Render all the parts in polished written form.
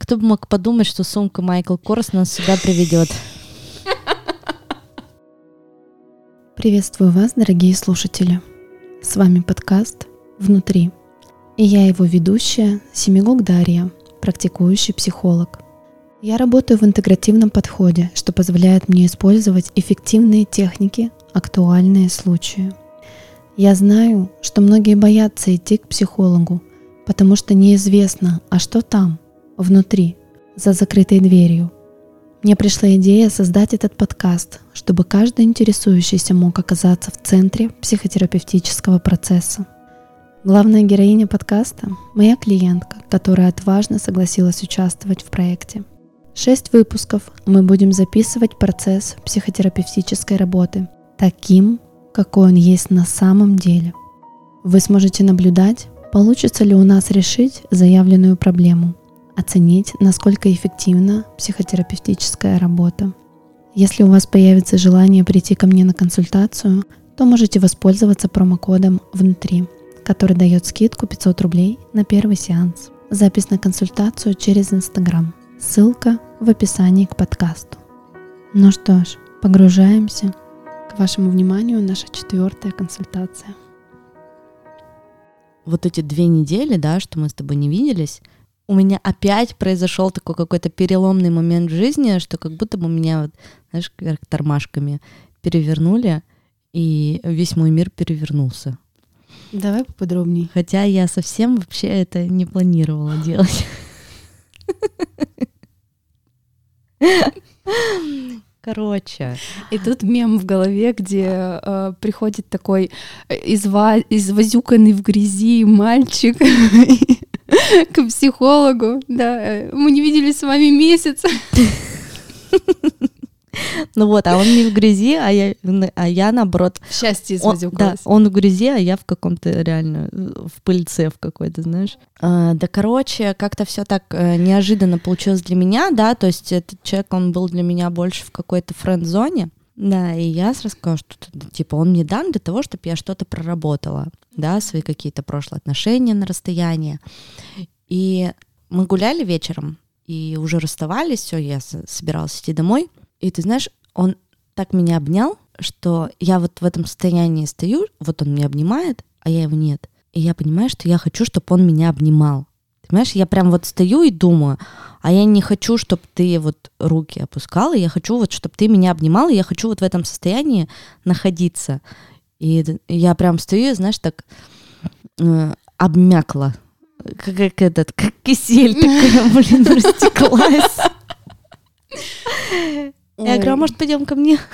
Кто бы мог подумать, что сумка Майкл Корс нас сюда приведет. Приветствую вас, дорогие слушатели. С вами подкаст «Внутри». И я его ведущая Семигук Дарья, практикующий психолог. Я работаю в интегративном подходе, что позволяет мне использовать эффективные техники, актуальные случаи. Я знаю, что многие боятся идти к психологу, потому что неизвестно, а что там, внутри, за закрытой дверью. Мне пришла идея создать этот подкаст, чтобы каждый интересующийся мог оказаться в центре психотерапевтического процесса. Главная героиня подкаста – моя клиентка, которая отважно согласилась участвовать в проекте. 6 выпусков мы будем записывать процесс психотерапевтической работы таким, какой он есть на самом деле. Вы сможете наблюдать, получится ли у нас решить заявленную проблему, оценить, насколько эффективна психотерапевтическая работа. Если у вас появится желание прийти ко мне на консультацию, то можете воспользоваться промокодом «Внутри», который дает скидку 500 рублей на первый сеанс. Запись на консультацию через Instagram. Ссылка в описании к подкасту. Ну что ж, погружаемся. К вашему вниманию наша 4-я консультация. Вот эти 2 недели, да, что мы с тобой не виделись, у меня опять произошел такой какой-то переломный момент в жизни, что как будто бы меня, вот, знаешь, как тормашками перевернули, и весь мой мир перевернулся. Давай поподробнее. Хотя я совсем вообще это не планировала делать. Короче. И тут мем в голове, где приходит такой извозюканный в грязи мальчик к психологу. Да, мы не виделись с вами месяц. Ну вот, а он не в грязи, а я наоборот. Счастье извозюкалось. Да, он в грязи, а я в каком-то реально в пыльце в какой-то, знаешь. Да, короче, как-то все так неожиданно получилось для меня, да, то есть этот человек, он был для меня больше в какой-то френд-зоне, да, и я сразу сказала, что типа он мне дан для того, чтобы я что-то проработала, да, свои какие-то прошлые отношения на расстоянии. И мы гуляли вечером, и уже расставались, все, я собиралась идти домой. И ты знаешь, он так меня обнял, что я вот в этом состоянии стою, вот он меня обнимает, а я его нет. И я понимаю, что я хочу, чтобы он меня обнимал. Понимаешь, я прям вот стою и думаю, а я не хочу, чтобы ты вот руки опускала, я хочу вот, чтобы ты меня обнимал, и я хочу вот в этом состоянии находиться. И я прям стою и, знаешь, так обмякла, как кисель такая, блин, растеклась. Я говорю, а может, пойдем ко мне?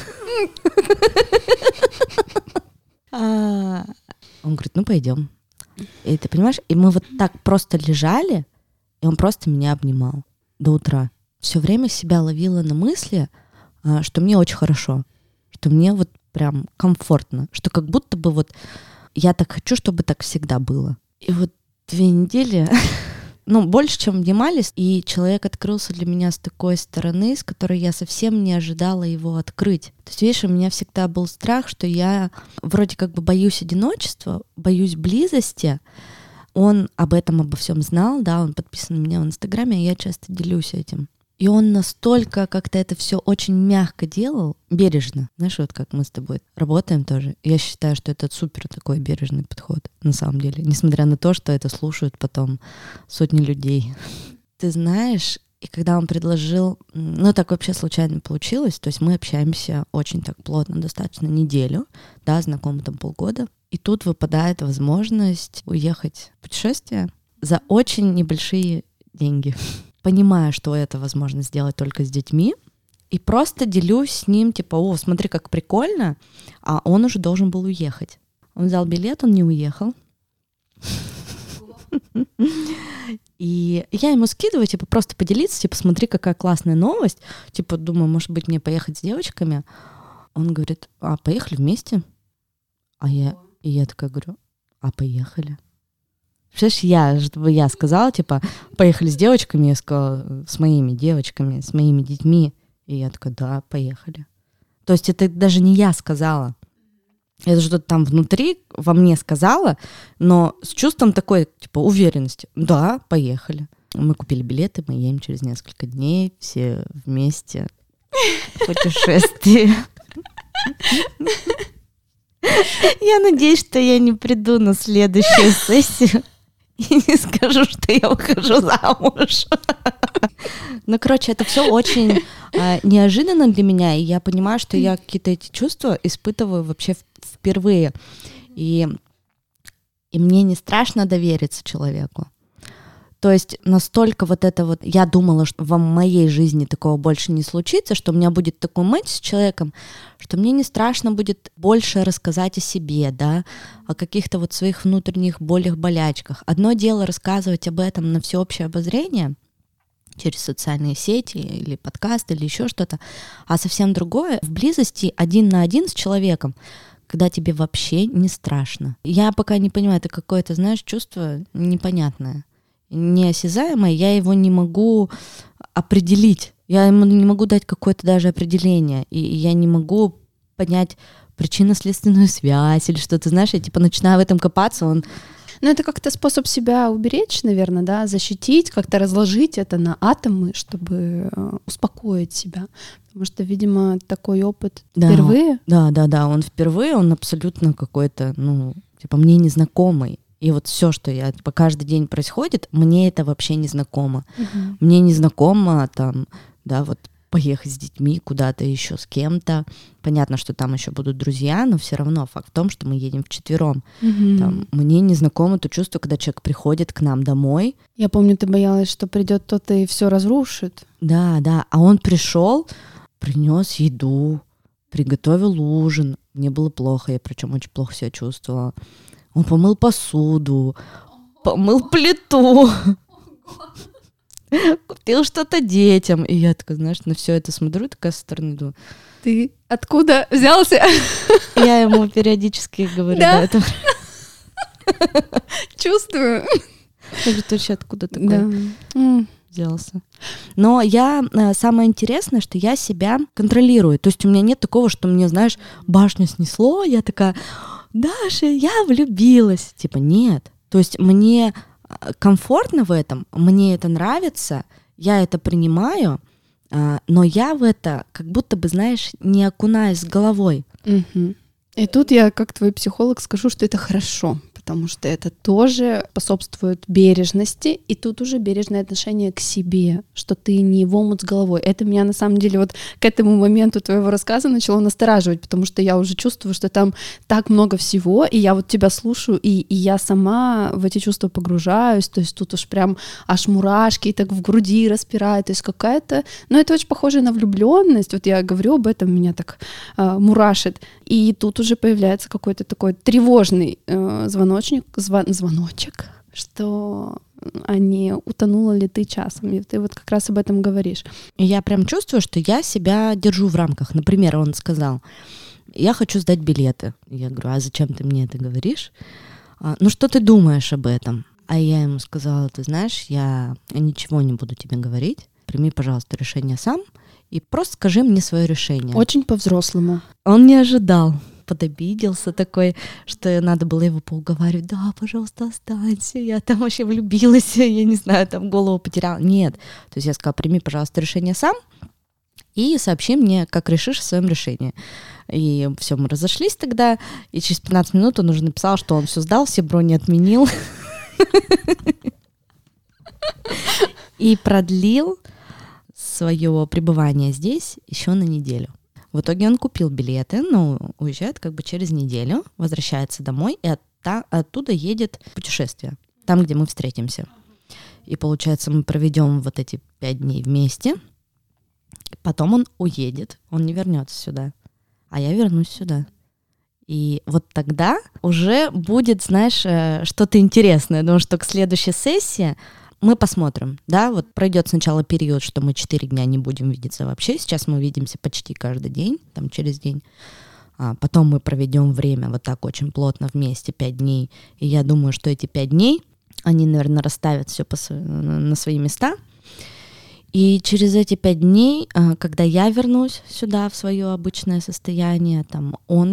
Он говорит, ну, пойдем. И ты понимаешь, и мы вот так просто лежали, и он просто меня обнимал до утра. Все время себя ловила на мысли, что мне очень хорошо, что мне вот прям комфортно, что как будто бы вот я так хочу, чтобы так всегда было. И вот 2 недели... Ну, больше, чем обнимались, и человек открылся для меня с такой стороны, с которой я совсем не ожидала его открыть. То есть, видишь, у меня всегда был страх, что я вроде как бы боюсь одиночества, боюсь близости. Он обо всем знал, да, он подписан на меня в Инстаграме, и я часто делюсь этим. И он настолько как-то это все очень мягко делал, бережно. Знаешь, вот как мы с тобой работаем тоже. Я считаю, что это супер такой бережный подход, на самом деле. Несмотря на то, что это слушают потом сотни людей. Ты знаешь, и когда он предложил... Ну, так вообще случайно получилось. То есть мы общаемся очень так плотно, достаточно неделю, да, знакомы там полгода. И тут выпадает возможность уехать в путешествие за очень небольшие деньги. Понимаю, что это возможно сделать только с детьми, и просто делюсь с ним, типа, о, смотри, как прикольно, а он уже должен был уехать. Он взял билет, он не уехал. И я ему скидываю, типа, просто поделиться, типа, смотри, какая классная новость. Типа, думаю, может быть, мне поехать с девочками. Он говорит, а поехали вместе? И я такая говорю, а поехали? Представляешь, чтобы я сказала, типа, поехали с девочками, я сказала, с моими девочками, с моими детьми. И я такая, да, поехали. То есть это даже не я сказала. Это что-то там внутри во мне сказала, но с чувством такой, типа, уверенности. Да, поехали. Мы купили билеты, мы едем через несколько дней, все вместе в путешествие. Я надеюсь, что я не приду на следующую сессию и не скажу, что я выхожу замуж. Ну, короче, это все очень неожиданно для меня, и я понимаю, что я какие-то эти чувства испытываю вообще впервые. И мне не страшно довериться человеку. То есть настолько вот это вот... Я думала, что в моей жизни такого больше не случится, что у меня будет такой матч с человеком, что мне не страшно будет больше рассказать о себе, да, о каких-то вот своих внутренних болях, болячках. Одно дело рассказывать об этом на всеобщее обозрение через социальные сети или подкасты или еще что-то, а совсем другое в близости один на один с человеком, когда тебе вообще не страшно. Я пока не понимаю, это какое-то, знаешь, чувство непонятное, неосязаемое, я его не могу определить, я ему не могу дать какое-то даже определение, и я не могу понять причинно-следственную связь или что-то, знаешь, я типа начинаю в этом копаться, Ну, это как-то способ себя уберечь, наверное, да, защитить, как-то разложить это на атомы, чтобы успокоить себя. Потому что, видимо, такой опыт впервые. Да, он впервые, он абсолютно какой-то, типа мне незнакомый. И вот все, что каждый день происходит, мне это вообще не знакомо. Угу. Мне не знакомо там, да, вот поехать с детьми куда-то еще с кем-то. Понятно, что там еще будут друзья, но все равно факт в том, что мы едем вчетвером. Там, мне не знакомо то чувство, когда человек приходит к нам домой. Я помню, ты боялась, что придет кто-то и все разрушит. Да, а он пришел, принес еду, приготовил ужин. Мне было плохо, я причем очень плохо себя чувствовала. Он помыл посуду, помыл плиту, купил что-то детям. И я такая, знаешь, на все это смотрю, такая со стороны думаю. Ты откуда взялся? Я ему периодически говорю, да, это... Чувствую. Я говорю, ты вообще откуда такой взялся? Но самое интересное, что я себя контролирую. То есть у меня нет такого, что мне, знаешь, башню снесло, я такая... Даша, я влюбилась. Типа, нет. То есть мне комфортно в этом, мне это нравится, я это принимаю, но я в это как будто бы, знаешь, не окунаюсь с головой. Угу. И тут я, как твой психолог, скажу, что это хорошо, потому что это тоже способствует бережности, и тут уже бережное отношение к себе, что ты не в омут с головой. Это меня на самом деле вот к этому моменту твоего рассказа начало настораживать, потому что я уже чувствую, что там так много всего, и я вот тебя слушаю, и я сама в эти чувства погружаюсь, то есть тут уж прям аж мурашки так в груди распирают, то есть какая-то... Но это очень похоже на влюбленность, вот я говорю об этом, меня так мурашит, и тут уже появляется какой-то такой тревожный звоночек, что не утонула ли ты часом, и ты вот как раз об этом говоришь. И я прям чувствую, что я себя держу в рамках. Например, он сказал, я хочу сдать билеты. Я говорю, а зачем ты мне это говоришь? Ну что ты думаешь об этом? А я ему сказала, ты знаешь, я ничего не буду тебе говорить, прими, пожалуйста, решение сам и просто скажи мне свое решение. Очень по-взрослому. Он не ожидал. Подобиделся такой, что надо было его поуговаривать, да, пожалуйста, останься, я там вообще влюбилась, я не знаю, там голову потеряла. Нет, то есть я сказала, прими, пожалуйста, решение сам и сообщи мне, как решишь в своем решении. И все, мы разошлись тогда, и через 15 минут он уже написал, что он все сдал, все брони отменил и продлил свое пребывание здесь еще на неделю. В итоге он купил билеты, уезжает как бы через неделю, возвращается домой и оттуда едет в путешествие, там, где мы встретимся. И получается, мы проведем вот эти 5 дней вместе, потом он уедет, он не вернется сюда, а я вернусь сюда. И вот тогда уже будет, знаешь, что-то интересное. Думаю, что к следующей сессии мы посмотрим, да, вот пройдет сначала период, что мы 4 дня не будем видеться вообще, сейчас мы видимся почти каждый день, там через день, потом мы проведем время вот так очень плотно вместе 5 дней, и я думаю, что эти 5 дней, они, наверное, расставят все на свои места, И через эти 5 дней, когда я вернусь сюда в свое обычное состояние, там он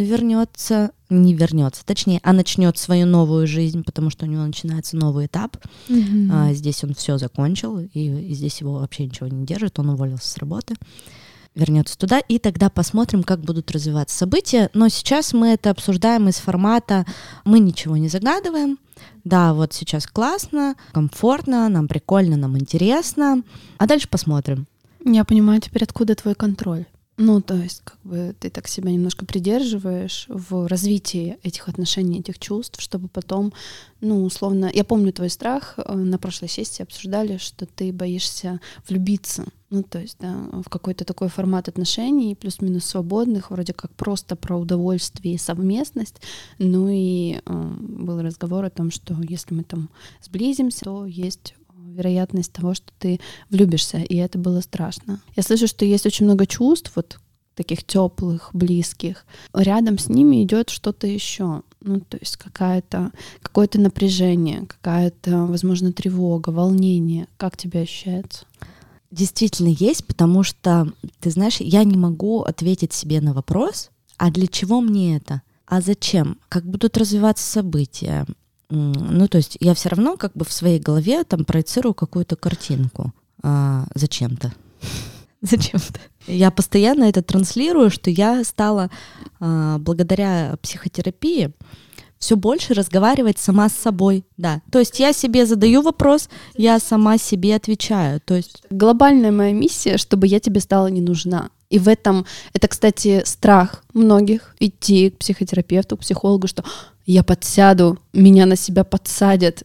не вернется, точнее, начнет свою новую жизнь, потому что у него начинается новый этап. Здесь он все закончил, и здесь его вообще ничего не держит, он уволился с работы. Вернется туда, и тогда посмотрим, как будут развиваться события. Но сейчас мы это обсуждаем из формата «мы ничего не загадываем». Да, вот сейчас классно, комфортно, нам прикольно, нам интересно. А дальше посмотрим. Я понимаю теперь, откуда твой контроль. Ну, то есть, как бы ты так себя немножко придерживаешь в развитии этих отношений, этих чувств, чтобы потом, ну, условно... Я помню твой страх, на прошлой сессии обсуждали, что ты боишься влюбиться. Ну, то есть, да, в какой-то такой формат отношений, плюс-минус свободных, вроде как просто про удовольствие и совместность. Ну и был разговор о том, что если мы там сблизимся, то есть вероятность того, что ты влюбишься, и это было страшно. Я слышу, что есть очень много чувств, вот таких теплых, близких. Рядом с ними идет что-то еще. Ну, то есть какое-то напряжение, какая-то, возможно, тревога, волнение. Как тебе ощущается? Действительно есть, потому что, ты знаешь, я не могу ответить себе на вопрос, а для чего мне это? А зачем? Как будут развиваться события? Ну, то есть я все равно как бы в своей голове там проецирую какую-то картинку. Зачем-то. Зачем-то. Я постоянно это транслирую, что я стала благодаря психотерапии все больше разговаривать сама с собой, да. То есть я себе задаю вопрос, я сама себе отвечаю. То есть глобальная моя миссия, чтобы я тебе стала не нужна. И в этом, это, кстати, страх многих идти к психотерапевту, к психологу, что я подсяду, меня на себя подсадят,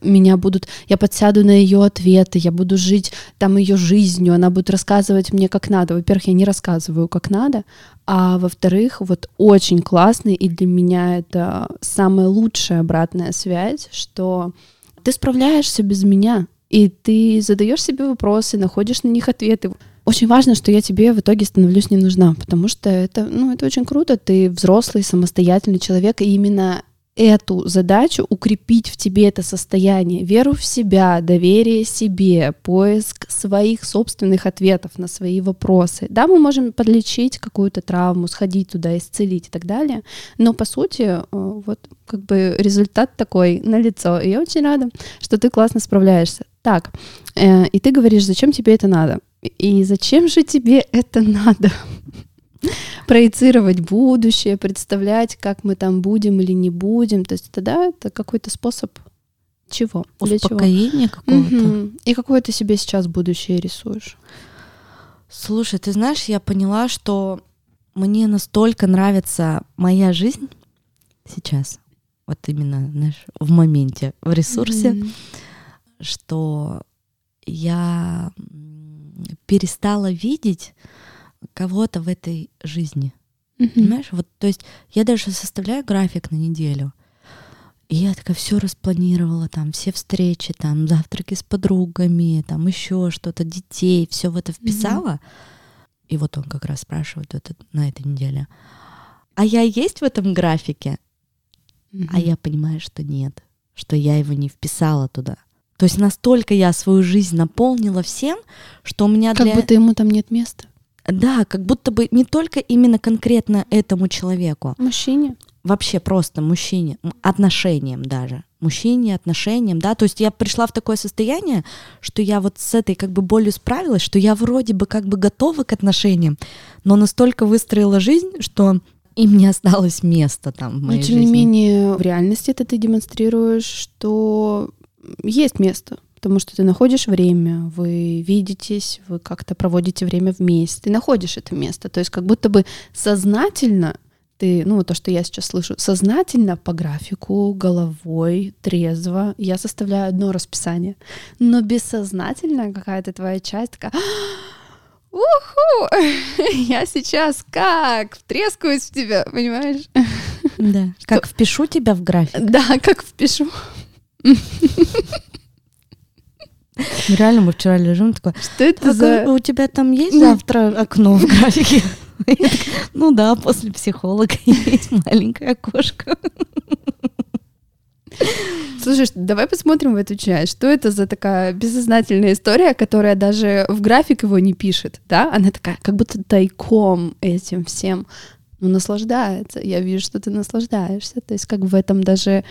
я подсяду на ее ответы, я буду жить там ее жизнью, она будет рассказывать мне как надо. Во-первых, я не рассказываю как надо, а во-вторых, вот очень классный, и для меня это самая лучшая обратная связь, что ты справляешься без меня, и ты задаешь себе вопросы, находишь на них ответы. Очень важно, что я тебе в итоге становлюсь не нужна, потому что это очень круто, ты взрослый, самостоятельный человек, и именно эту задачу, укрепить в тебе это состояние, веру в себя, доверие себе, поиск своих собственных ответов на свои вопросы. Да, мы можем подлечить какую-то травму, сходить туда, исцелить и так далее, но по сути вот как бы результат такой налицо, и я очень рада, что ты классно справляешься. Так, и ты говоришь, зачем тебе это надо? И зачем же тебе это надо? Проецировать будущее, представлять, как мы там будем или не будем. То есть это какой-то способ чего? Успокоение какого-то. И какое ты себе сейчас будущее рисуешь? Слушай, ты знаешь, я поняла, что мне настолько нравится моя жизнь сейчас, вот именно, знаешь, в моменте, в ресурсе, что я перестала видеть кого-то в этой жизни. Понимаешь? Вот, то есть я даже составляю график на неделю. И я такая все распланировала, там, все встречи, там, завтраки с подругами, там, еще что-то, детей, все в это вписала. И вот он как раз спрашивает на этой неделе: а я есть в этом графике? А я понимаю, что нет, что я его не вписала туда. То есть настолько я свою жизнь наполнила всем, что у меня как будто ему там нет места. Да, как будто бы не только именно конкретно этому человеку. Мужчине. Вообще просто мужчине, отношениям даже. Мужчине, отношениям, да. То есть я пришла в такое состояние, что я вот с этой как бы болью справилась, что я вроде бы как бы готова к отношениям, но настолько выстроила жизнь, что им не осталось места там в моей жизни. Но тем не менее в реальности это ты демонстрируешь, что есть место. Потому что ты находишь время, вы видитесь, вы как-то проводите время вместе, ты находишь это место. То есть как будто бы сознательно ты, то, что я сейчас слышу, сознательно по графику, головой, трезво я составляю одно расписание. Но бессознательно какая-то твоя часть такая: уху, я сейчас как втрескаюсь в тебя, понимаешь? Да, как впишу тебя в график. Да, как впишу. Реально, мы вчера лежим, такой: что это за... У тебя там есть завтра окно в графике? Ну да, после психолога есть маленькое окошко. Слушай, давай посмотрим в эту часть. Что это за такая бессознательная история, которая даже в график его не пишет, да? Она такая, как будто тайком этим всем, наслаждается. Я вижу, что ты наслаждаешься. То есть как бы в этом даже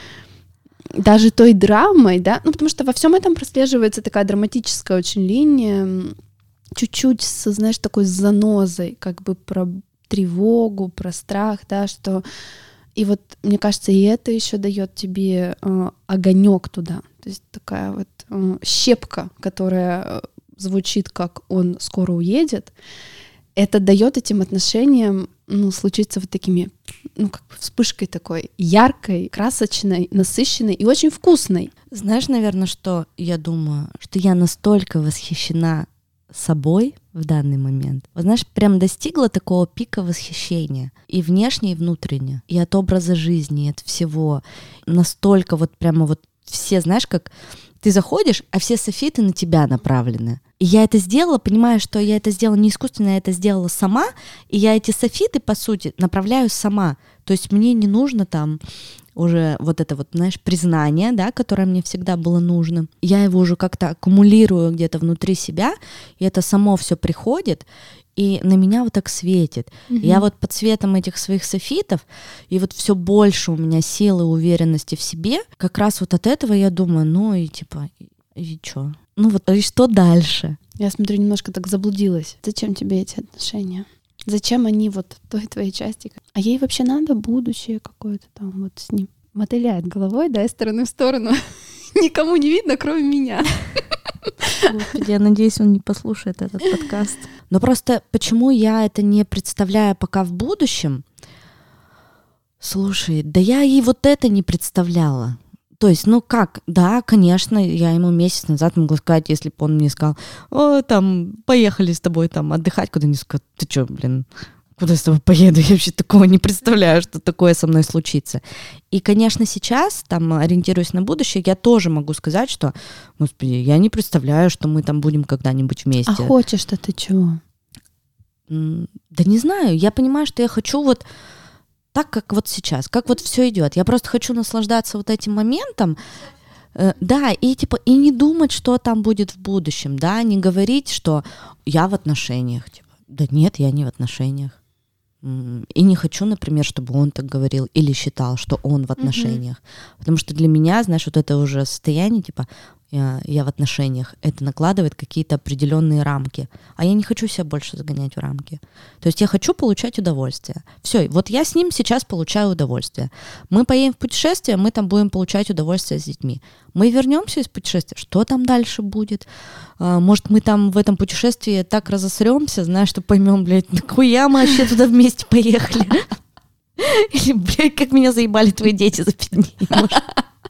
той драмой, да? Потому что во всем этом прослеживается такая драматическая очень линия, чуть-чуть, знаешь, такой занозой, как бы про тревогу, про страх, да, что... И вот, мне кажется, и это еще дает тебе огонек туда. То есть такая вот щепка, которая звучит, как он скоро уедет. Это дает этим отношениям случиться вот такими, как бы вспышкой такой яркой, красочной, насыщенной и очень вкусной. Знаешь, наверное, что я думаю? Что я настолько восхищена собой в данный момент. Вот, знаешь, прям достигла такого пика восхищения. И внешне, и внутренне. И от образа жизни, и от всего. Настолько вот прямо вот все, знаешь, как ты заходишь, а все софиты на тебя направлены. И я это сделала, понимая, что я это сделала не искусственно, я это сделала сама, и я эти софиты, по сути, направляю сама. То есть мне не нужно там уже вот это вот, знаешь, признание, да, которое мне всегда было нужно. Я его уже как-то аккумулирую где-то внутри себя, и это само все приходит, и на меня вот так светит. Я вот под светом этих своих софитов, и вот все больше у меня силы, уверенности в себе, как раз вот от этого я думаю, и чё? И что дальше? Я смотрю, немножко так заблудилась. Зачем тебе эти отношения? Зачем они вот той твоей части? А ей вообще надо будущее какое-то там вот с ним? Мотыляет головой, да, из стороны в сторону. Никому не видно, кроме меня. Господи, я надеюсь, он не послушает этот подкаст. Но просто почему я это не представляю пока в будущем? Слушай, да я и вот это не представляла. То есть, да, конечно, я ему месяц назад могла сказать, если бы он мне сказал, поехали с тобой там отдыхать куда-нибудь, сказать, ты что, куда с тобой поеду? Я вообще такого не представляю, что такое со мной случится. И, конечно, сейчас, там, ориентируясь на будущее, я тоже могу сказать, что, господи, я не представляю, что мы там будем когда-нибудь вместе. А хочешь-то ты чего? Да не знаю, я понимаю, что я хочу вот так, как вот сейчас, как вот все идет. Я просто хочу наслаждаться вот этим моментом, да, и и не думать, что там будет в будущем, да, не говорить, что я в отношениях, да нет, я не в отношениях. И не хочу, например, чтобы он так говорил или считал, что он в отношениях. Потому что для меня, знаешь, вот это уже состояние, я в отношениях, это накладывает какие-то определенные рамки. А я не хочу себя больше загонять в рамки. То есть я хочу получать удовольствие. Все, вот я с ним сейчас получаю удовольствие. Мы поедем в путешествие, мы там будем получать удовольствие с детьми. Мы вернемся из путешествия, что там дальше будет? Может, мы там в этом путешествии так разосремся, знаешь, что поймем, нахуя мы вообще туда вместе поехали? Или, как меня заебали твои дети за 5 дней, может.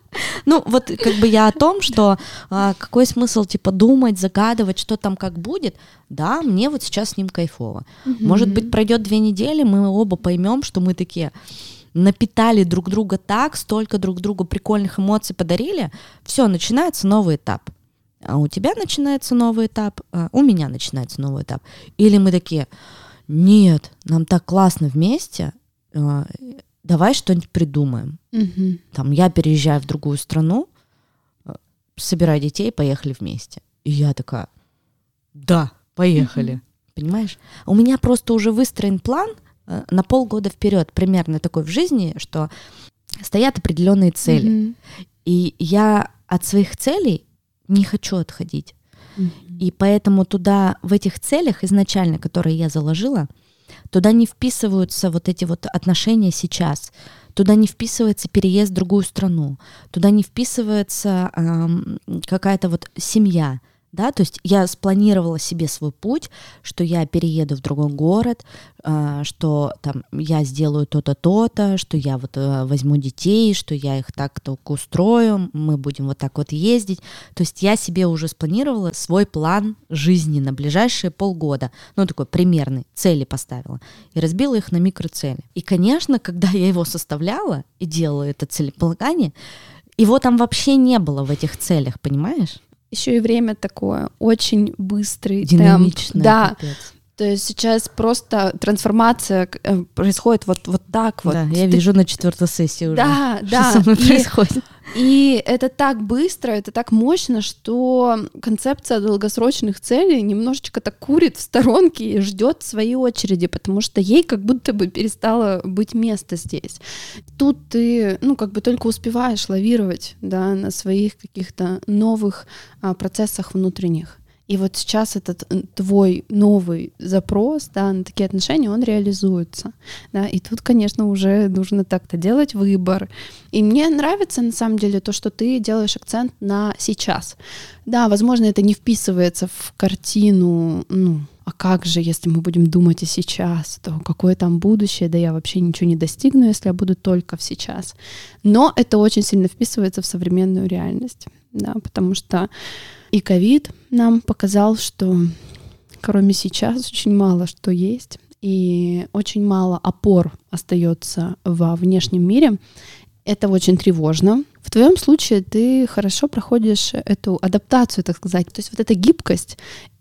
Я о том, что какой смысл, думать, загадывать, что там как будет. Да, мне вот сейчас с ним кайфово. Может быть, пройдет 2 недели, мы оба поймем, что мы такие напитали друг друга так, столько друг другу прикольных эмоций подарили. Все, начинается новый этап. А у тебя начинается новый этап, у меня начинается новый этап. Или мы такие, нет, нам так классно вместе, давай что-нибудь придумаем. Там я переезжаю в другую страну, собираю детей, поехали вместе. И я такая, да, поехали. Понимаешь? У меня просто уже выстроен план на полгода вперед, примерно такой в жизни, что стоят определенные цели. И я от своих целей не хочу отходить. И поэтому туда, в этих целях изначально, которые я заложила, туда не вписываются вот эти вот отношения сейчас, туда не вписывается переезд в другую страну, туда не вписывается какая-то вот семья, да, то есть я спланировала себе свой путь, что я перееду в другой город, что там я сделаю то-то, то-то, что я вот возьму детей, что я их так-то устрою, мы будем вот так вот ездить. То есть я себе уже спланировала свой план жизни на ближайшие полгода, такой примерный, цели поставила, и разбила их на микроцели. И, конечно, когда я его составляла и делала это целеполагание, его там вообще не было в этих целях, понимаешь? Еще и время такое, очень быстрый динамичное, темп. Да. Капец. То есть сейчас просто трансформация происходит вот так вот. Да, я вижу на 4-й сессии уже, что со мной происходит. И это так быстро, это так мощно, что концепция долгосрочных целей немножечко так курит в сторонке и ждет своей очереди, потому что ей как будто бы перестало быть места здесь. Тут ты, только успеваешь лавировать, да, на своих каких-то новых процессах внутренних. И вот сейчас этот твой новый запрос, да, на такие отношения, он реализуется. Да, и тут, конечно, уже нужно так-то делать выбор. И мне нравится, на самом деле, то, что ты делаешь акцент на сейчас. Да, возможно, это не вписывается в картину, а как же, если мы будем думать о сейчас, то какое там будущее, да я вообще ничего не достигну, если я буду только в сейчас. Но это очень сильно вписывается в современную реальность, да, потому что и ковид нам показал, что кроме сейчас очень мало что есть, и очень мало опор остается во внешнем мире. Это очень тревожно. В твоем случае ты хорошо проходишь эту адаптацию, так сказать. То есть вот эта гибкость,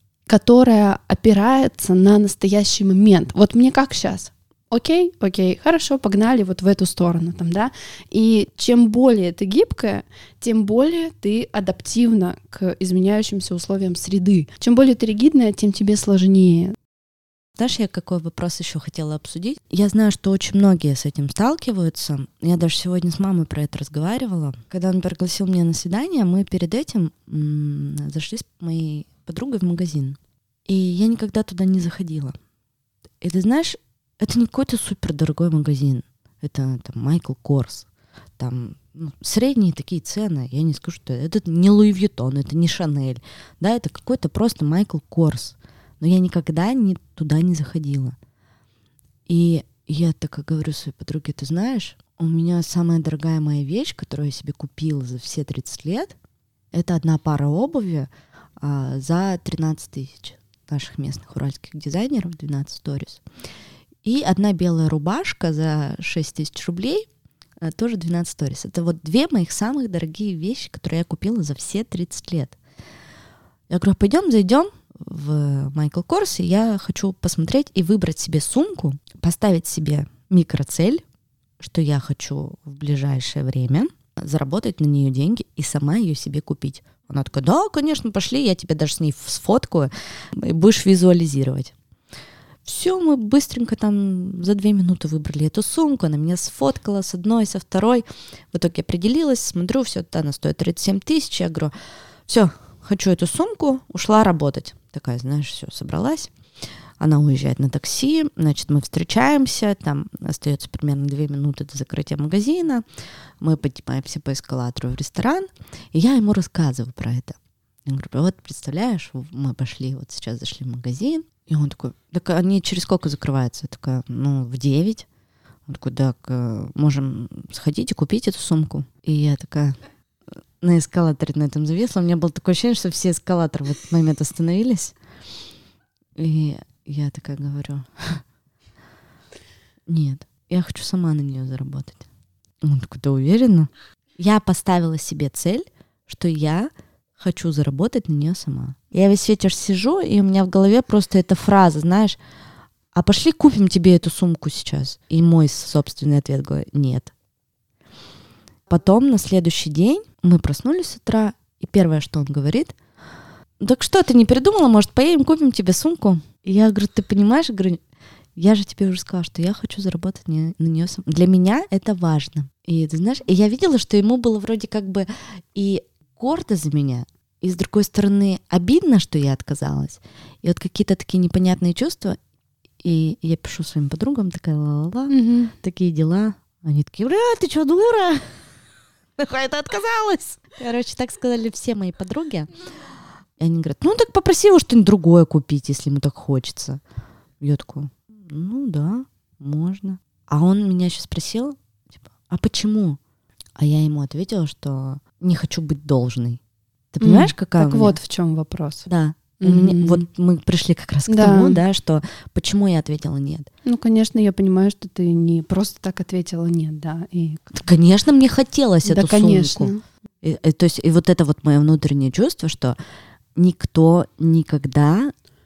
которая опирается на настоящий момент. Вот мне как сейчас? Окей, хорошо, погнали вот в эту сторону, там, да. И чем более ты гибкая, тем более ты адаптивна к изменяющимся условиям среды. Чем более ты ригидная, тем тебе сложнее. Знаешь, я какой вопрос еще хотела обсудить? Я знаю, что очень многие с этим сталкиваются. Я даже сегодня с мамой про это разговаривала. Когда он пригласил меня на свидание, мы перед этим зашли с моей подругой в магазин. И я никогда туда не заходила. И ты знаешь, это не какой-то супердорогой магазин. Это там Майкл Корс. Там средние такие цены. Я не скажу, что это не Луи Вьютон, это не Шанель. Да, это какой-то просто Майкл Корс. Но я никогда туда не заходила. И я так говорю своей подруге, ты знаешь, у меня самая дорогая моя вещь, которую я себе купила за все 30 лет, это одна пара обуви за 13 тысяч наших местных уральских дизайнеров, 12 Stories. И одна белая рубашка за 6 тысяч рублей, тоже 12 Stories. Это вот две моих самых дорогие вещи, которые я купила за все 30 лет. Я говорю, пойдем, зайдем в Майкл Корс, и я хочу посмотреть и выбрать себе сумку, поставить себе микроцель, что я хочу в ближайшее время заработать на нее деньги и сама ее себе купить. Она такая, да, конечно, пошли, я тебя даже с ней сфоткаю, и будешь визуализировать. Все, мы быстренько там за 2 минуты выбрали эту сумку, она меня сфоткала с одной, со второй. В итоге определилась, смотрю, все, она стоит 37 тысяч. Я говорю, все, хочу эту сумку, ушла работать. Такая, знаешь, все, собралась. Она уезжает на такси, значит, мы встречаемся, там остается примерно 2 минуты до закрытия магазина. Мы поднимаемся по эскалатору в ресторан, и я ему рассказываю про это. Я говорю, вот представляешь, мы пошли, вот сейчас зашли в магазин, и он такой, так они через сколько закрываются? Я такая, в 9. Он такой, так, можем сходить и купить эту сумку. И я такая на эскалаторе на этом зависла. У меня было такое ощущение, что все эскалаторы в этот момент остановились. И я такая говорю, нет, я хочу сама на нее заработать. Он такой, ты уверена? Я поставила себе цель, что я хочу заработать на нее сама. Я весь вечер сижу, и у меня в голове просто эта фраза, знаешь, а пошли купим тебе эту сумку сейчас. И мой собственный ответ говорит, нет. Потом на следующий день мы проснулись с утра, и первое, что он говорит, так что, ты не передумала, может, поедем, купим тебе сумку? И я говорю, ты понимаешь, говорю, я же тебе уже сказала, что я хочу заработать на нее сама. Для меня это важно. И ты знаешь, и я видела, что ему было вроде как бы и гордо за меня, и с другой стороны обидно, что я отказалась. И вот какие-то такие непонятные чувства. И я пишу своим подругам, такая ла-ла-ла, такие дела. Они такие, бля, ты что, дура? Нахуй ты отказалась? Короче, так сказали все мои подруги. И они говорят, так попроси его что-нибудь другое купить, если ему так хочется. Я такой, да, можно. А он меня еще спросил, типа, а почему? А я ему ответила, что не хочу быть должной. Ты понимаешь, какая так вот в чем вопрос. Да. Вот мы пришли как раз к тому, да, что почему я ответила нет. Конечно, я понимаю, что ты не просто так ответила нет, да. Конечно, мне хотелось эту конечно. сумку. То есть и вот это вот мое внутреннее чувство, что никто никогда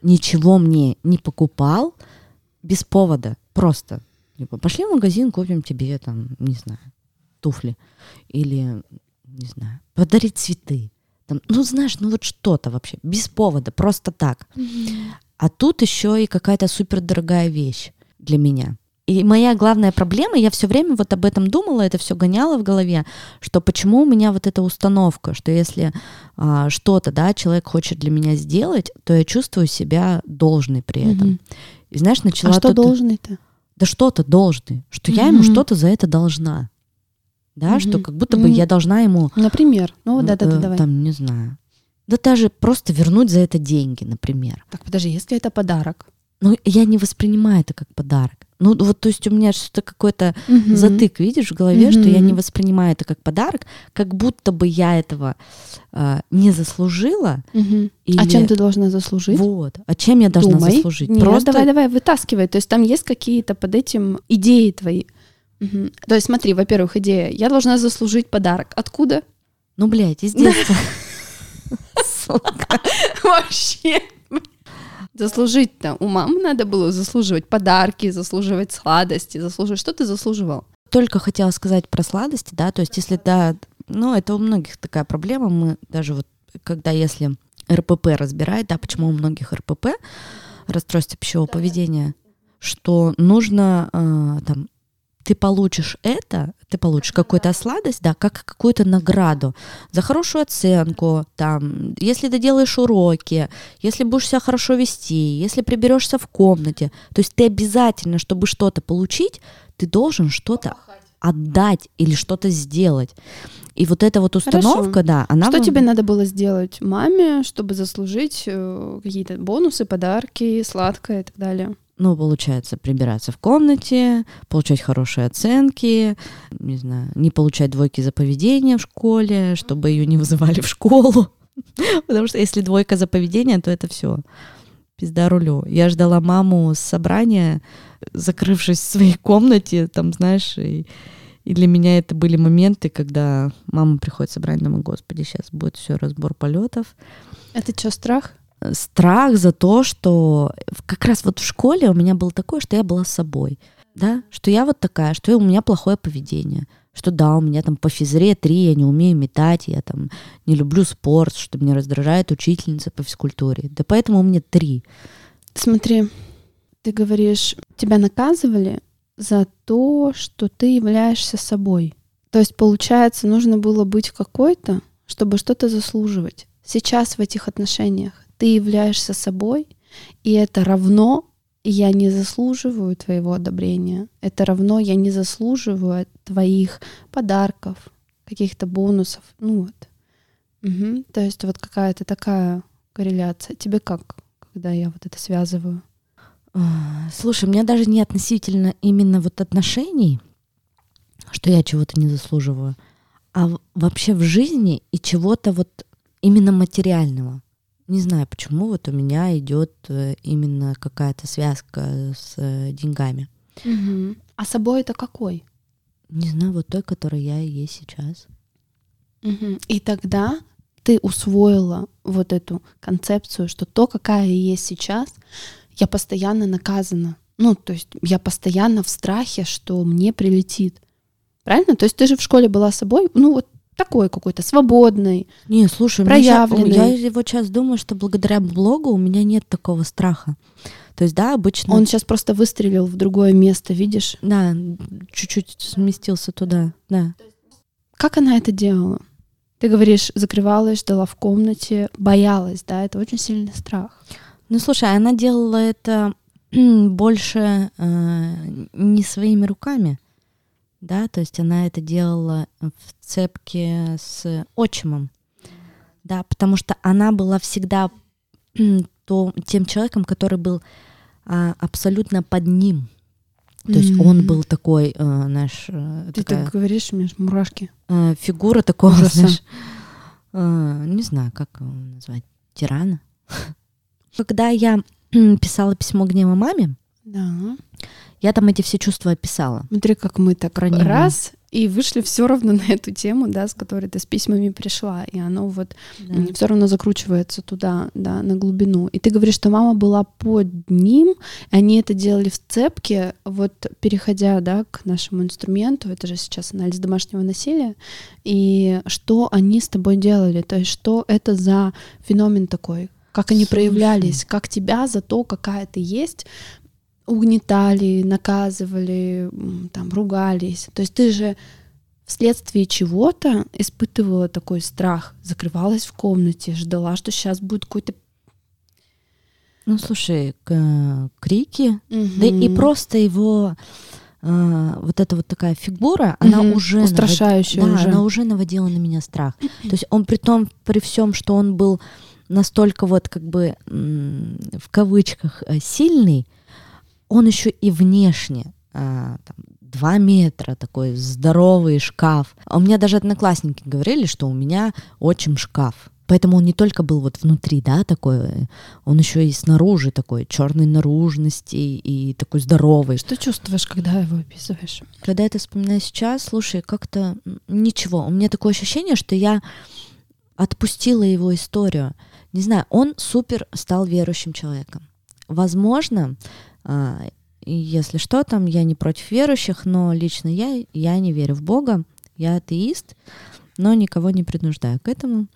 ничего мне не покупал без повода. Просто. Типа, пошли в магазин, купим тебе там, не знаю, туфли. Или, не знаю, подарить цветы. Там, ну, знаешь, ну вот что-то вообще. Без повода, просто так. А тут еще и какая-то супердорогая вещь для меня. И моя главная проблема, я все время вот об этом думала, это все гоняла в голове, что почему у меня вот эта установка, что если что-то, да, человек хочет для меня сделать, то я чувствую себя должной при этом. И знаешь, начала... А что должный-то? Да что-то должный, что я ему что-то за это должна. Да, что как будто бы я должна ему... Например? Ну, давай. Там, не знаю. Да даже просто вернуть за это деньги, например. Так, подожди, если это подарок? Ну, я не воспринимаю это как подарок. Ну, вот, то есть у меня что-то какой-то затык, видишь, в голове, что я не воспринимаю это как подарок, как будто бы я этого не заслужила. Или... А чем ты должна заслужить? Вот. А чем я должна заслужить? Нет, просто... давай, вытаскивай. То есть там есть какие-то под этим идеи твои. То есть смотри, во-первых, идея. Я должна заслужить подарок. Откуда? Ну, блядь, из детства. Сука. Вообще. Заслужить-то у мамы надо было заслуживать подарки, заслуживать сладости, заслуживать. Что ты заслуживал? Только хотела сказать про сладости, да, то есть если, да, ну, это у многих такая проблема, мы даже вот, когда если РПП разбирать, да, почему у многих РПП, расстройство пищевого поведения, что нужно, там, ты получишь какую-то сладость, да, как какую-то награду за хорошую оценку, там, если ты делаешь уроки, если будешь себя хорошо вести, если приберешься в комнате. То есть ты обязательно, чтобы что-то получить, ты должен что-то отдать или что-то сделать. И вот эта вот установка, хорошо. Да, она... Что тебе надо было сделать маме, чтобы заслужить какие-то бонусы, подарки, сладкое и так далее? Ну, получается, прибираться в комнате, получать хорошие оценки, не знаю, не получать двойки за поведение в школе, чтобы ее не вызывали в школу. Потому что если двойка за поведение, то это все. Пизда рулю. Я ждала маму с собрания, закрывшись в своей комнате, там, знаешь, и для меня это были моменты, когда мама приходит с собрания, думаю, господи, сейчас будет все разбор полетов. Это что, страх? Страх за то, что как раз вот в школе у меня было такое, что я была собой, да, что я вот такая, что у меня плохое поведение, что да, у меня там по физре 3, я не умею метать, я там не люблю спорт, что меня раздражает учительница по физкультуре, да поэтому у меня 3. Смотри, ты говоришь, тебя наказывали за то, что ты являешься собой. То есть, получается, нужно было быть какой-то, чтобы что-то заслуживать. Сейчас в этих отношениях ты являешься собой, и это равно я не заслуживаю твоего одобрения. Это равно я не заслуживаю твоих подарков, каких-то бонусов. Ну вот. То есть вот какая-то такая корреляция. Тебе как, когда я вот это связываю? Слушай, у меня даже не относительно именно вот отношений, что я чего-то не заслуживаю, а вообще в жизни и чего-то вот именно материального. Не знаю, почему вот у меня идет именно какая-то связка с деньгами. А собой это какой? Не знаю, вот той, которой я и есть сейчас. И тогда ты усвоила вот эту концепцию, что то, какая я есть сейчас, я постоянно наказана. Ну, то есть я постоянно в страхе, что мне прилетит. Правильно? То есть ты же в школе была собой, ну вот, такой какой-то свободный, не, слушай, проявленный. Я вот сейчас думаю, что благодаря блогу у меня нет такого страха. То есть, да, обычно... Он сейчас просто выстрелил в другое место, видишь? Да, чуть-чуть сместился туда, да. Как она это делала? Ты говоришь, закрывалась, ждала в комнате, боялась, да? Это очень сильный страх. Ну, слушай, она делала это больше не своими руками. Да, то есть она это делала в цепке с отчимом, да, потому что она была всегда тем человеком, который был абсолютно под ним. То есть он был такой, знаешь... Ты так говоришь, у меня мурашки. Фигура такого, знаешь, не знаю, как его назвать, тирана. Когда я писала письмо гнева маме, да. Я там эти все чувства описала. Смотри, как мы так раз и вышли все равно на эту тему, да, с которой ты с письмами пришла, и оно вот все равно закручивается туда, да, на глубину. И ты говоришь, что мама была под ним, они это делали в цепке, вот переходя, да, к нашему инструменту, это же сейчас анализ домашнего насилия, и что они с тобой делали, то есть что это за феномен такой, как они проявлялись, как тебя за то, какая ты есть, угнетали, наказывали, там, ругались. То есть ты же вследствие чего-то испытывала такой страх, закрывалась в комнате, ждала, что сейчас будет какой-то... Ну, слушай, крики, да и просто его... вот эта вот такая фигура, она уже... Устрашающая уже. Она уже наводила на меня страх. То есть он при всем, что он был настолько вот как бы в кавычках сильный, он еще и внешне, там, 2 метра, такой здоровый шкаф. А у меня даже одноклассники говорили, что у меня отчим шкаф. Поэтому он не только был вот внутри, да, такой, он еще и снаружи такой, черной наружности и такой здоровый. Что чувствуешь, когда его описываешь? Когда я это вспоминаю сейчас, слушай, как-то ничего. У меня такое ощущение, что я отпустила его историю. Не знаю, он супер стал верующим человеком. Возможно, если что, там я не против верующих, но лично я не верю в Бога, я атеист, но никого не принуждаю к этому.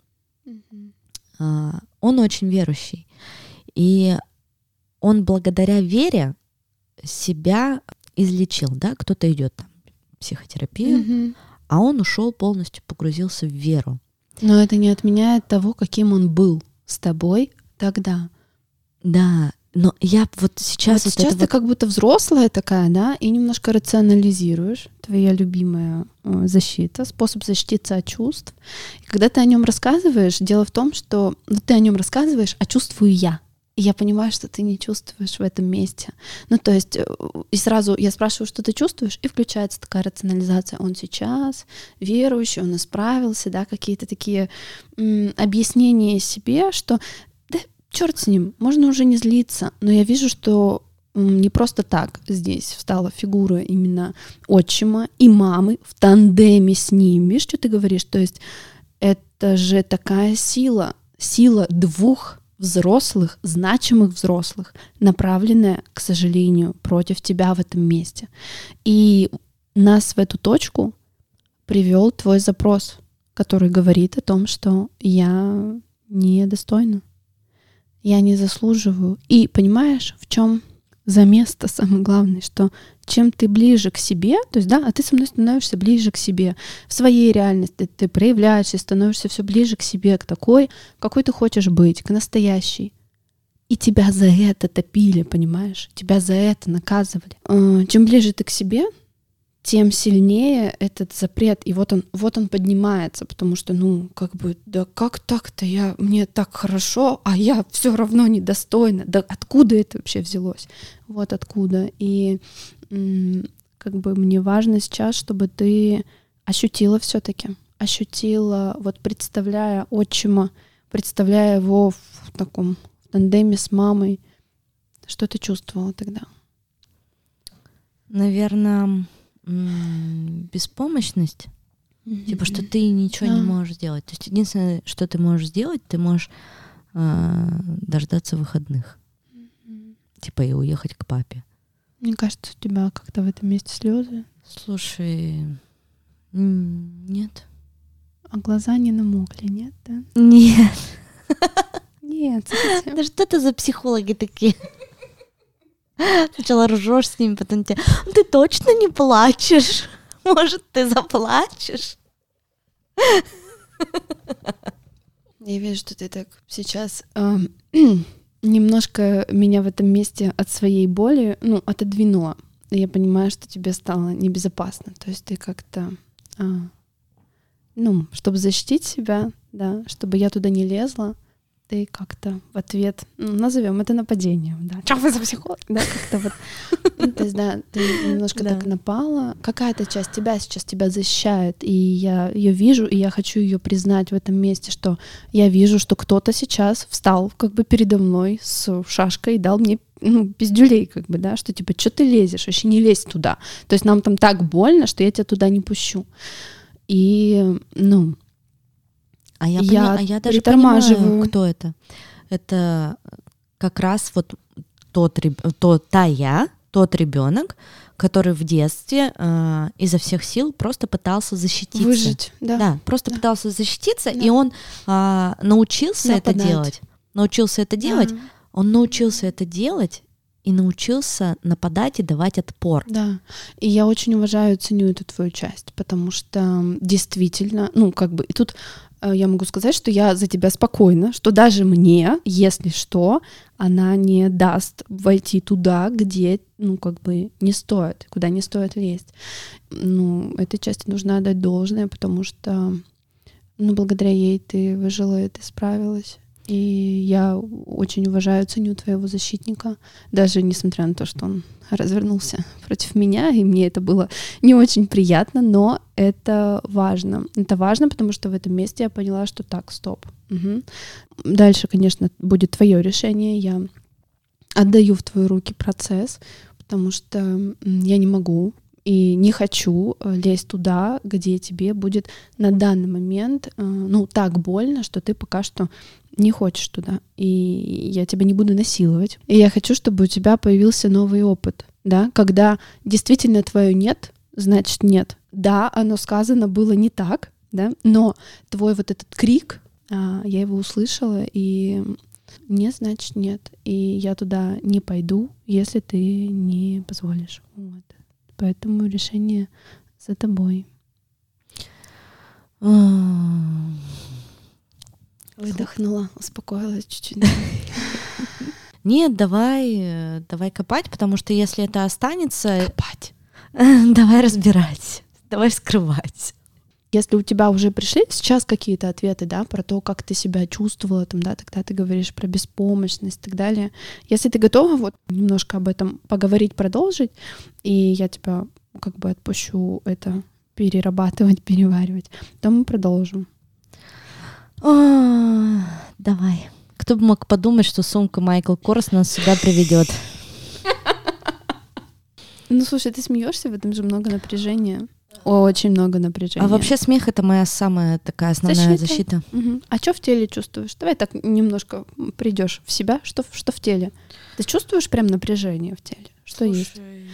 Он очень верующий. И он благодаря вере себя излечил, да, кто-то идет там в психотерапию, а он ушел полностью, погрузился в веру. Но это не отменяет того, каким он был с тобой тогда. Да, но я вот сейчас... Вот сейчас ты как будто взрослая такая, да, и немножко рационализируешь. Твоя любимая защита, способ защититься от чувств. И когда ты о нем рассказываешь, дело в том, что ты о нем рассказываешь, а чувствую я. И я понимаю, что ты не чувствуешь в этом месте. Ну, то есть, и сразу я спрашиваю, что ты чувствуешь, и включается такая рационализация. Он сейчас верующий, он исправился, да, какие-то такие объяснения себе, что да, черт с ним, можно уже не злиться. Но я вижу, что не просто так здесь встала фигура именно отчима и мамы в тандеме с ним. Видишь, что ты говоришь? То есть это же такая сила 2 взрослых, значимых взрослых, направленная, к сожалению, против тебя в этом месте. И нас в эту точку привел твой запрос, который говорит о том, что я недостойна, я не заслуживаю. И понимаешь, в чем замес-то самое главное, что чем ты ближе к себе, то есть, да, а ты со мной становишься ближе к себе, в своей реальности ты проявляешься, становишься все ближе к себе, к такой, какой ты хочешь быть, к настоящей. И тебя за это топили, понимаешь? Тебя за это наказывали. Чем ближе ты к себе, тем сильнее этот запрет. И вот он поднимается, потому что, да как так-то мне так хорошо, а я все равно недостойна. Да откуда это вообще взялось? Вот откуда. И мне важно сейчас, чтобы ты ощутила все-таки, вот представляя отчима, представляя его в таком тандеме с мамой, что ты чувствовала тогда? Наверное, беспомощность, типа, что ты ничего не можешь сделать. То есть единственное, что ты можешь сделать, ты можешь дождаться выходных, типа, и уехать к папе. Мне кажется, у тебя как-то в этом месте слезы. Слушай, нет. А глаза не намокли, нет, да? Нет. Нет, совсем. Да что это за психологи такие? Сначала ржешь с ними, потом ты точно не плачешь? Может, ты заплачешь? Я вижу, что ты так сейчас немножко меня в этом месте от своей боли, отодвинула. И я понимаю, что тебе стало небезопасно. То есть ты как-то, чтобы защитить себя, да, чтобы я туда не лезла, ты как-то в ответ, назовем это нападением, да, что вы за психолог, да, как-то вот, то есть, да, ты немножко так напала, какая-то часть тебя сейчас тебя защищает, и я ее вижу, и я хочу ее признать в этом месте, что я вижу, что кто-то сейчас встал как бы передо мной с шашкой и дал мне пиздюлей, как бы, да, что типа, что ты лезешь, вообще не лезь туда, то есть нам там так больно, что я тебя туда не пущу, и, я даже понимаю, кто это. Это как раз вот тот ребенок, который в детстве изо всех сил просто пытался защититься. Выжить, да. Да, просто пытался защититься, и он научился это делать. Он научился это делать и научился нападать и давать отпор. Да, и я очень уважаю и ценю эту твою часть, потому что действительно, и тут я могу сказать, что я за тебя спокойна, что даже мне, если что, она не даст войти туда, где, не стоит, куда не стоит лезть. Этой части нужно отдать должное, потому что, благодаря ей ты выжила и ты справилась. И я очень уважаю, ценю твоего защитника, даже несмотря на то, что он развернулся против меня, и мне это было не очень приятно, но это важно. Это важно, потому что в этом месте я поняла, что так, стоп. Угу. Дальше, конечно, будет твое решение. Я отдаю в твои руки процесс, потому что я не могу и не хочу лезть туда, где тебе будет на данный момент так больно, что ты пока что не хочешь туда, и я тебя не буду насиловать. И я хочу, чтобы у тебя появился новый опыт, да, когда действительно твое нет, значит нет. Да, оно сказано было не так, да, но твой вот этот крик, я его услышала, и нет, значит нет. И я туда не пойду, если ты не позволишь. Вот. Поэтому решение за тобой. Выдохнула, успокоилась чуть-чуть. Нет, давай копать, потому что если это останется... Копать. Давай разбирать, давай скрывать. Если у тебя уже пришли сейчас какие-то ответы, да, про то, как ты себя чувствовала, там, да, тогда ты говоришь про беспомощность и так далее. Если ты готова вот немножко об этом поговорить, продолжить, и я тебя как бы отпущу это перерабатывать, переваривать, то мы продолжим. Давай. Кто бы мог подумать, что сумка Майкл Корс нас сюда приведет? Слушай, ты смеешься, в этом же много напряжения. Очень много напряжения. А вообще смех — это моя самая такая основная защита. Угу. А что в теле чувствуешь? Давай так немножко придешь в себя. Что в теле? Ты чувствуешь прям напряжение в теле? Что есть?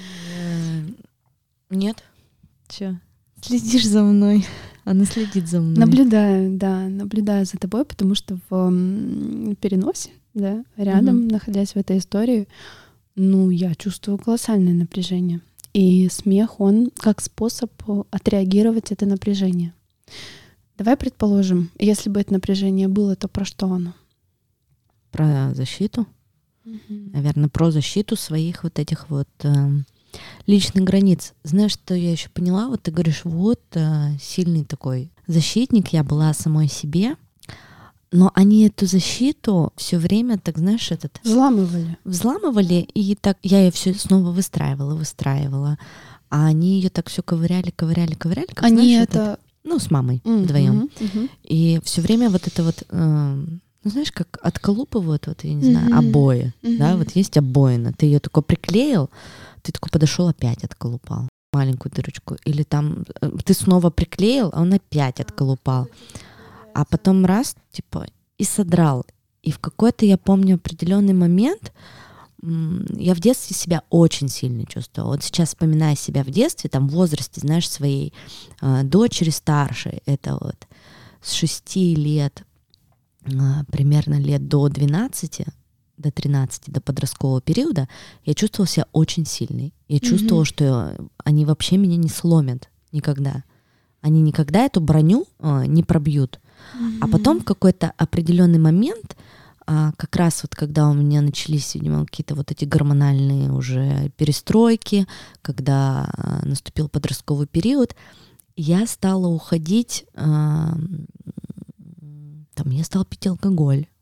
Нет. Чё? Следишь за мной? Она следит за мной. Наблюдаю за тобой, потому что в переносе, да, рядом, находясь в этой истории, я чувствую колоссальное напряжение. И смех, он как способ отреагировать это напряжение. Давай предположим, если бы это напряжение было, то про что оно? Про защиту. Наверное, про защиту своих вот этих вот личных границ. Знаешь, что я еще поняла? Вот ты говоришь, сильный такой защитник, я была самой себе, но они эту защиту все время, так знаешь, взламывали, и так я ее все снова выстраивала, а они ее так все ковыряли, как они знаешь, это с мамой вдвоем, и все время вот это вот, знаешь, как отколупывают, я не знаю, обои, да, вот есть обоина, ты ее такой приклеил, ты такой подошел, опять отколупал маленькую дырочку, или там ты снова приклеил, а он опять отколупал. А потом раз, и содрал. И в какой-то, я помню, определенный момент я в детстве себя очень сильно чувствовала. Вот сейчас, вспоминая себя в детстве, там, в возрасте, знаешь, своей дочери старшей, это вот с 6 лет, примерно лет до 12, до 13, до подросткового периода, я чувствовала себя очень сильной. Я чувствовала, что они вообще меня не сломят никогда. Они никогда эту броню не пробьют. А потом в какой-то определенный момент, как раз вот когда у меня начались, видимо, какие-то вот эти гормональные уже перестройки, когда наступил подростковый период, я стала уходить, я стала пить алкоголь.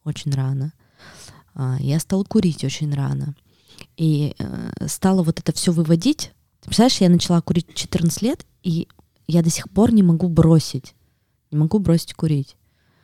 очень рано. Я стала курить очень рано. И стала вот это все выводить. Ты представляешь, я начала курить в 14 лет, и я до сих пор не могу бросить. Не могу бросить курить.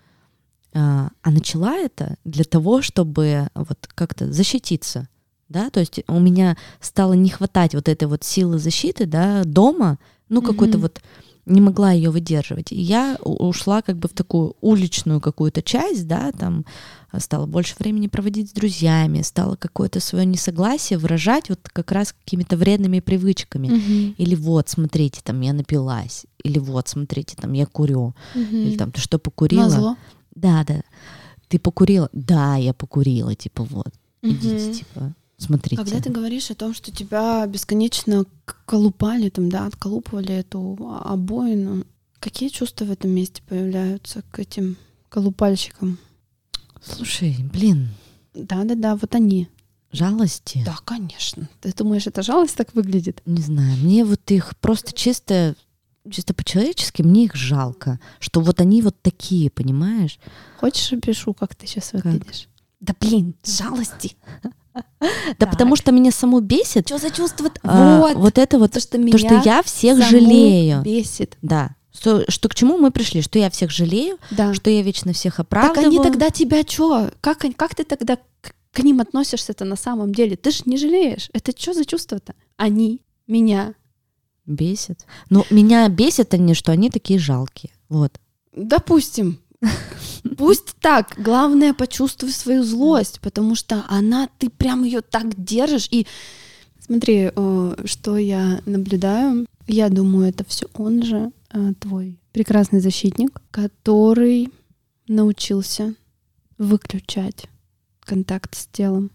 А начала это для того, чтобы вот как-то защититься. Да? То есть у меня стало не хватать вот этой вот силы защиты, да, дома, какой-то вот не могла ее выдерживать. И я ушла как бы в такую уличную какую-то часть, да, там стала больше времени проводить с друзьями, стала какое-то свое несогласие выражать вот как раз какими-то вредными привычками. Или вот, смотрите, там я напилась, или вот, смотрите, там я курю, или там ты что, покурила? Назло. Да. Ты покурила? Да, я покурила, типа вот, идите, типа. Смотрите. Когда ты говоришь о том, что тебя бесконечно колупали, там, да, отколупывали эту обоину, какие чувства в этом месте появляются к этим колупальщикам? Слушай, блин. Да, вот они. Жалости? Да, конечно. Ты думаешь, эта жалость так выглядит? Не знаю, мне вот их просто чисто по-человечески, мне их жалко, что вот они вот такие, понимаешь? Хочешь, опишу, как ты сейчас выглядишь? Да блин, жалости. Да потому что меня саму бесит. Что за чувство? Вот это вот, то, что я всех жалею. Бесит. Да. Что к чему мы пришли? Что я всех жалею, да. Что я вечно всех оправдываю. Так они тогда тебя что? Как ты тогда к ним относишься-то на самом деле? Ты же не жалеешь. Это что за чувство-то? Они меня бесят. Ну, меня бесит они, что они такие жалкие. Вот. Допустим. Пусть так. Главное, почувствуй свою злость, потому что ты прям ее так держишь. И смотри, что я наблюдаю. Я думаю, это все он же, твой прекрасный защитник, который научился выключать контакт с телом.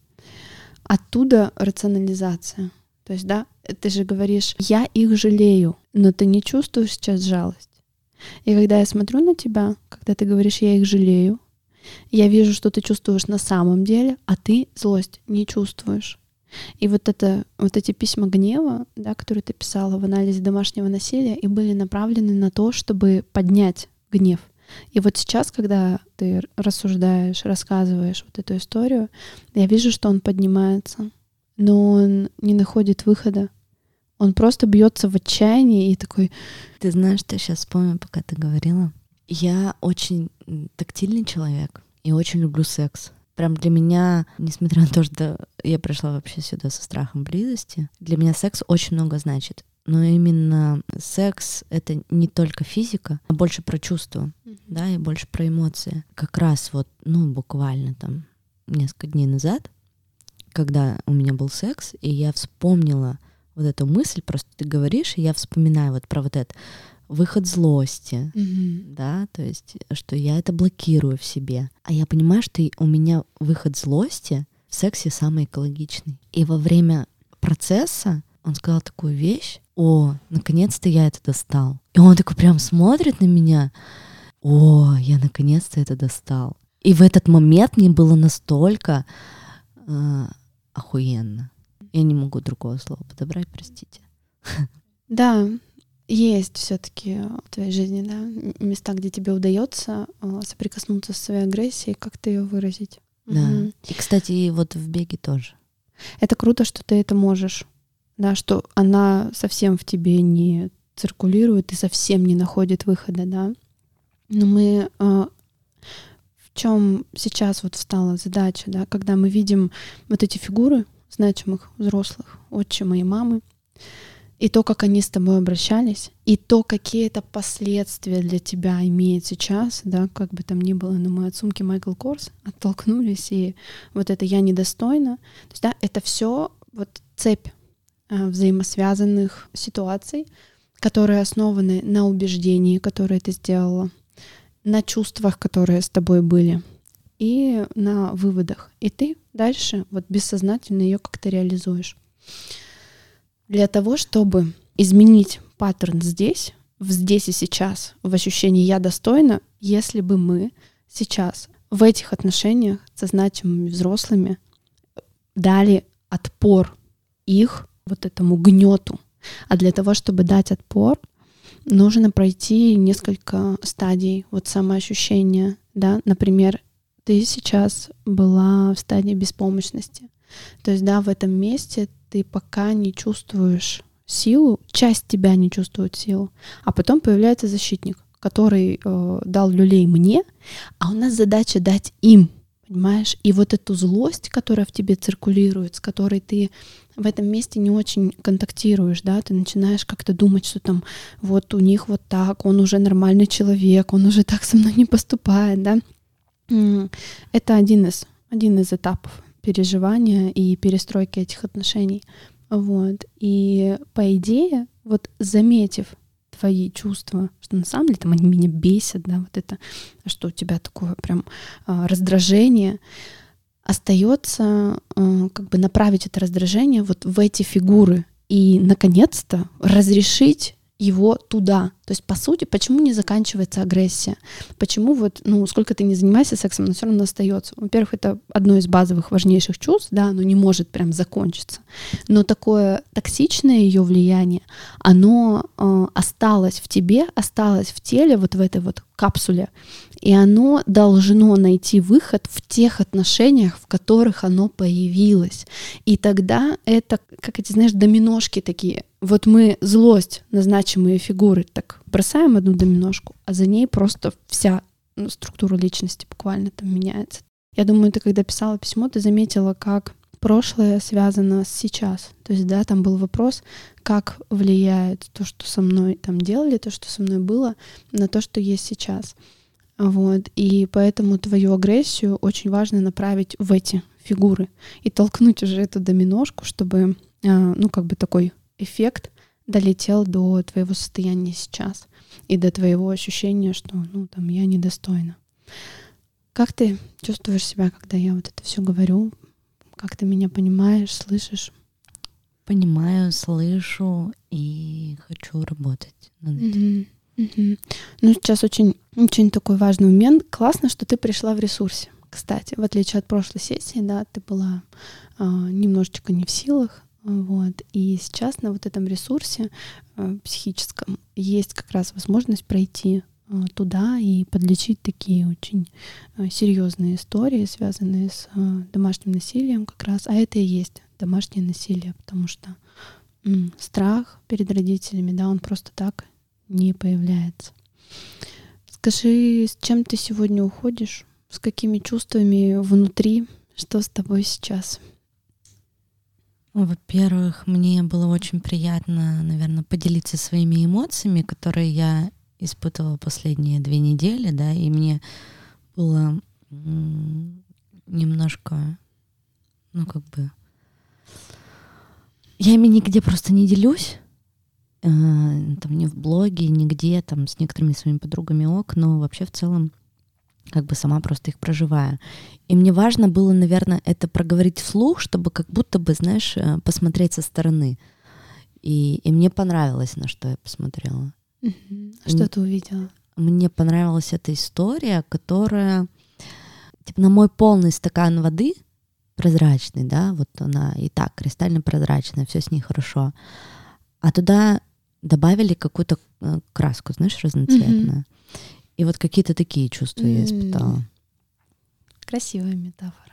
Оттуда рационализация. То есть, да, ты же говоришь, я их жалею, но ты не чувствуешь сейчас жалость. И когда я смотрю на тебя, когда ты говоришь, я их жалею, я вижу, что ты чувствуешь на самом деле, а ты злость не чувствуешь. И вот эти письма гнева, да, которые ты писала в анализе домашнего насилия, и были направлены на то, чтобы поднять гнев. И вот сейчас, когда ты рассуждаешь, рассказываешь вот эту историю, я вижу, что он поднимается, но он не находит выхода. Он просто бьется в отчаянии и такой... Ты знаешь, что я сейчас вспомнила, пока ты говорила? Я очень тактильный человек и очень люблю секс. Прям для меня, несмотря на то, что я пришла вообще сюда со страхом близости, для меня секс очень много значит. Но именно секс — это не только физика, а больше про чувства, да, и больше про эмоции. Как раз вот, буквально там несколько дней назад, когда у меня был секс, и я вспомнила вот эту мысль, просто ты говоришь, и я вспоминаю вот про вот этот выход злости, да, то есть, что я это блокирую в себе. А я понимаю, что у меня выход злости в сексе самый экологичный. И во время процесса он сказал такую вещь: «О, наконец-то я это достал». И он такой прям смотрит на меня: «О, я наконец-то это достал». И в этот момент мне было настолько охуенно. Я не могу другого слова подобрать, простите. Да, есть все-таки в твоей жизни, да, места, где тебе удается соприкоснуться с своей агрессией, как-то ее выразить. Да. И, кстати, и вот в беге тоже. Это круто, что ты это можешь, да, что она совсем в тебе не циркулирует и совсем не находит выхода, да. Но мы в чем сейчас вот встала задача, да, когда мы видим вот эти фигуры значимых взрослых, отчима и мамы, и то, как они с тобой обращались, и то, какие это последствия для тебя имеет сейчас, да, как бы там ни было, но мы от сумки Майкл Корс оттолкнулись, и вот это «я недостойна», то есть, да, это все вот цепь взаимосвязанных ситуаций, которые основаны на убеждении, которое ты сделала, на чувствах, которые с тобой были, и на выводах. И ты дальше вот бессознательно ее как-то реализуешь. Для того, чтобы изменить паттерн здесь и сейчас, в ощущении «я достойна», если бы мы сейчас в этих отношениях со значимыми взрослыми дали отпор их вот этому гнету. А для того, чтобы дать отпор, нужно пройти несколько стадий вот самоощущения. Да? Например, ты сейчас была в стадии беспомощности. То есть, да, в этом месте ты пока не чувствуешь силу, часть тебя не чувствует силу, а потом появляется защитник, который дал люлей мне, а у нас задача дать им, понимаешь? И вот эту злость, которая в тебе циркулирует, с которой ты в этом месте не очень контактируешь, да, ты начинаешь как-то думать, что там вот у них вот так, он уже нормальный человек, он уже так со мной не поступает, да. Это один из этапов переживания и перестройки этих отношений. Вот. И по идее, вот заметив твои чувства, что на самом деле там они меня бесят, да, вот это, что у тебя такое прям раздражение, остается как бы направить это раздражение вот в эти фигуры и, наконец-то, разрешить его туда. То есть, по сути, почему не заканчивается агрессия? Почему вот, сколько ты не занимайся сексом, но все равно остается? Во-первых, это одно из базовых, важнейших чувств, да, оно не может прям закончиться. Но такое токсичное ее влияние, оно осталось в тебе, осталось в теле, вот в этой вот капсуле, и оно должно найти выход в тех отношениях, в которых оно появилось. И тогда это, как эти, знаешь, доминошки такие. Вот мы злость на значимые фигуры так бросаем одну доминошку, а за ней просто вся структура личности буквально там меняется. Я думаю, ты когда писала письмо, ты заметила, как прошлое связано с сейчас. То есть, да, там был вопрос, как влияет то, что со мной там делали, то, что со мной было, на то, что есть сейчас. Вот. И поэтому твою агрессию очень важно направить в эти фигуры и толкнуть уже эту доминошку, чтобы, как бы такой эффект долетел до твоего состояния сейчас и до твоего ощущения, что, там, я недостойна. Как ты чувствуешь себя, когда я вот это все говорю? Как ты меня понимаешь, слышишь? Понимаю, слышу и хочу работать над этим. Сейчас очень, очень такой важный момент. Классно, что ты пришла в ресурсе. Кстати, в отличие от прошлой сессии, да, ты была немножечко не в силах. Вот. И сейчас на вот этом ресурсе психическом есть как раз возможность пройти туда и подлечить такие очень серьезные истории, связанные с домашним насилием как раз. А это и есть домашнее насилие, потому что страх перед родителями, да, он просто так не появляется. Скажи, с чем ты сегодня уходишь? С какими чувствами внутри? Что с тобой сейчас? Во-первых, мне было очень приятно, наверное, поделиться своими эмоциями, которые я испытывала последние 2 недели, да, и мне было немножко, я ими нигде просто не делюсь, там ни в блоге, нигде, там с некоторыми своими подругами но вообще в целом как бы сама просто их проживаю. И мне важно было, наверное, это проговорить вслух, чтобы как будто бы, знаешь, посмотреть со стороны. И мне понравилось, на что я посмотрела. Что ты увидела? Мне понравилась эта история, которая типа на мой полный стакан воды, прозрачный, да, вот она и так кристально прозрачная, все с ней хорошо. А туда добавили какую-то краску, знаешь, разноцветную. И вот какие-то такие чувства я испытала. Красивая метафора.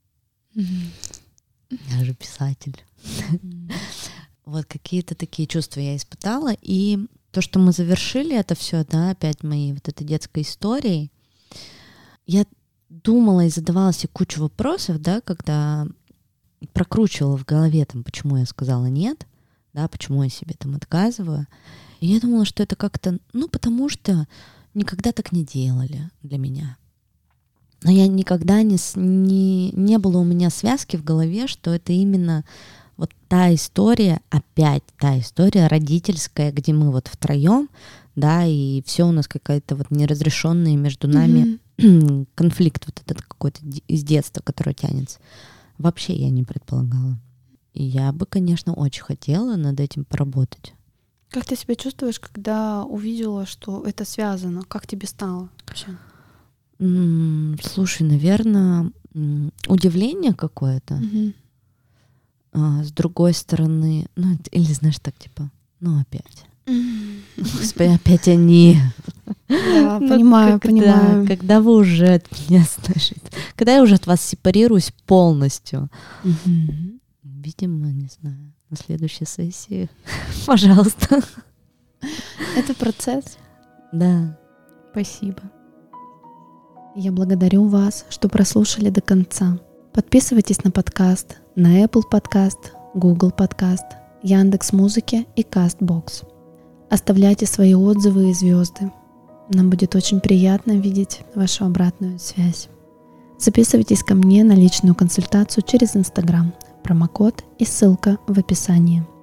Я же писатель. Вот какие-то такие чувства я испытала. И то, что мы завершили это все, да, опять моей вот этой детской историей, я думала и задавала себе кучу вопросов, да, когда прокручивала в голове, там, почему я сказала нет, да, почему я себе там отказываю. И я думала, что это как-то, потому что никогда так не делали для меня. Но я никогда не было у меня связки в голове, что это именно вот та история, опять та история родительская, где мы вот втроем, да, и все у нас какая-то вот неразрешенная между нами конфликт вот этот какой-то из детства, который тянется. Вообще я не предполагала. И я бы, конечно, очень хотела над этим поработать. Как ты себя чувствуешь, когда увидела, что это связано? Как тебе стало вообще? Слушай, наверное, удивление какое-то. С другой стороны, или знаешь, так типа, опять. Господи, опять они. Да, Ну, понимаю. Когда вы уже от меня, знаешь, когда я уже от вас сепарируюсь полностью. Мгм. Видимо, не знаю, на следующей сессии. Пожалуйста. Это процесс. Да. Спасибо. Я благодарю вас, что прослушали до конца. Подписывайтесь на подкаст на Apple Podcast, Google Podcast, Яндекс.Музыке и Castbox. Оставляйте свои отзывы и звезды. Нам будет очень приятно видеть вашу обратную связь. Записывайтесь ко мне на личную консультацию через Instagram. Промокод и ссылка в описании.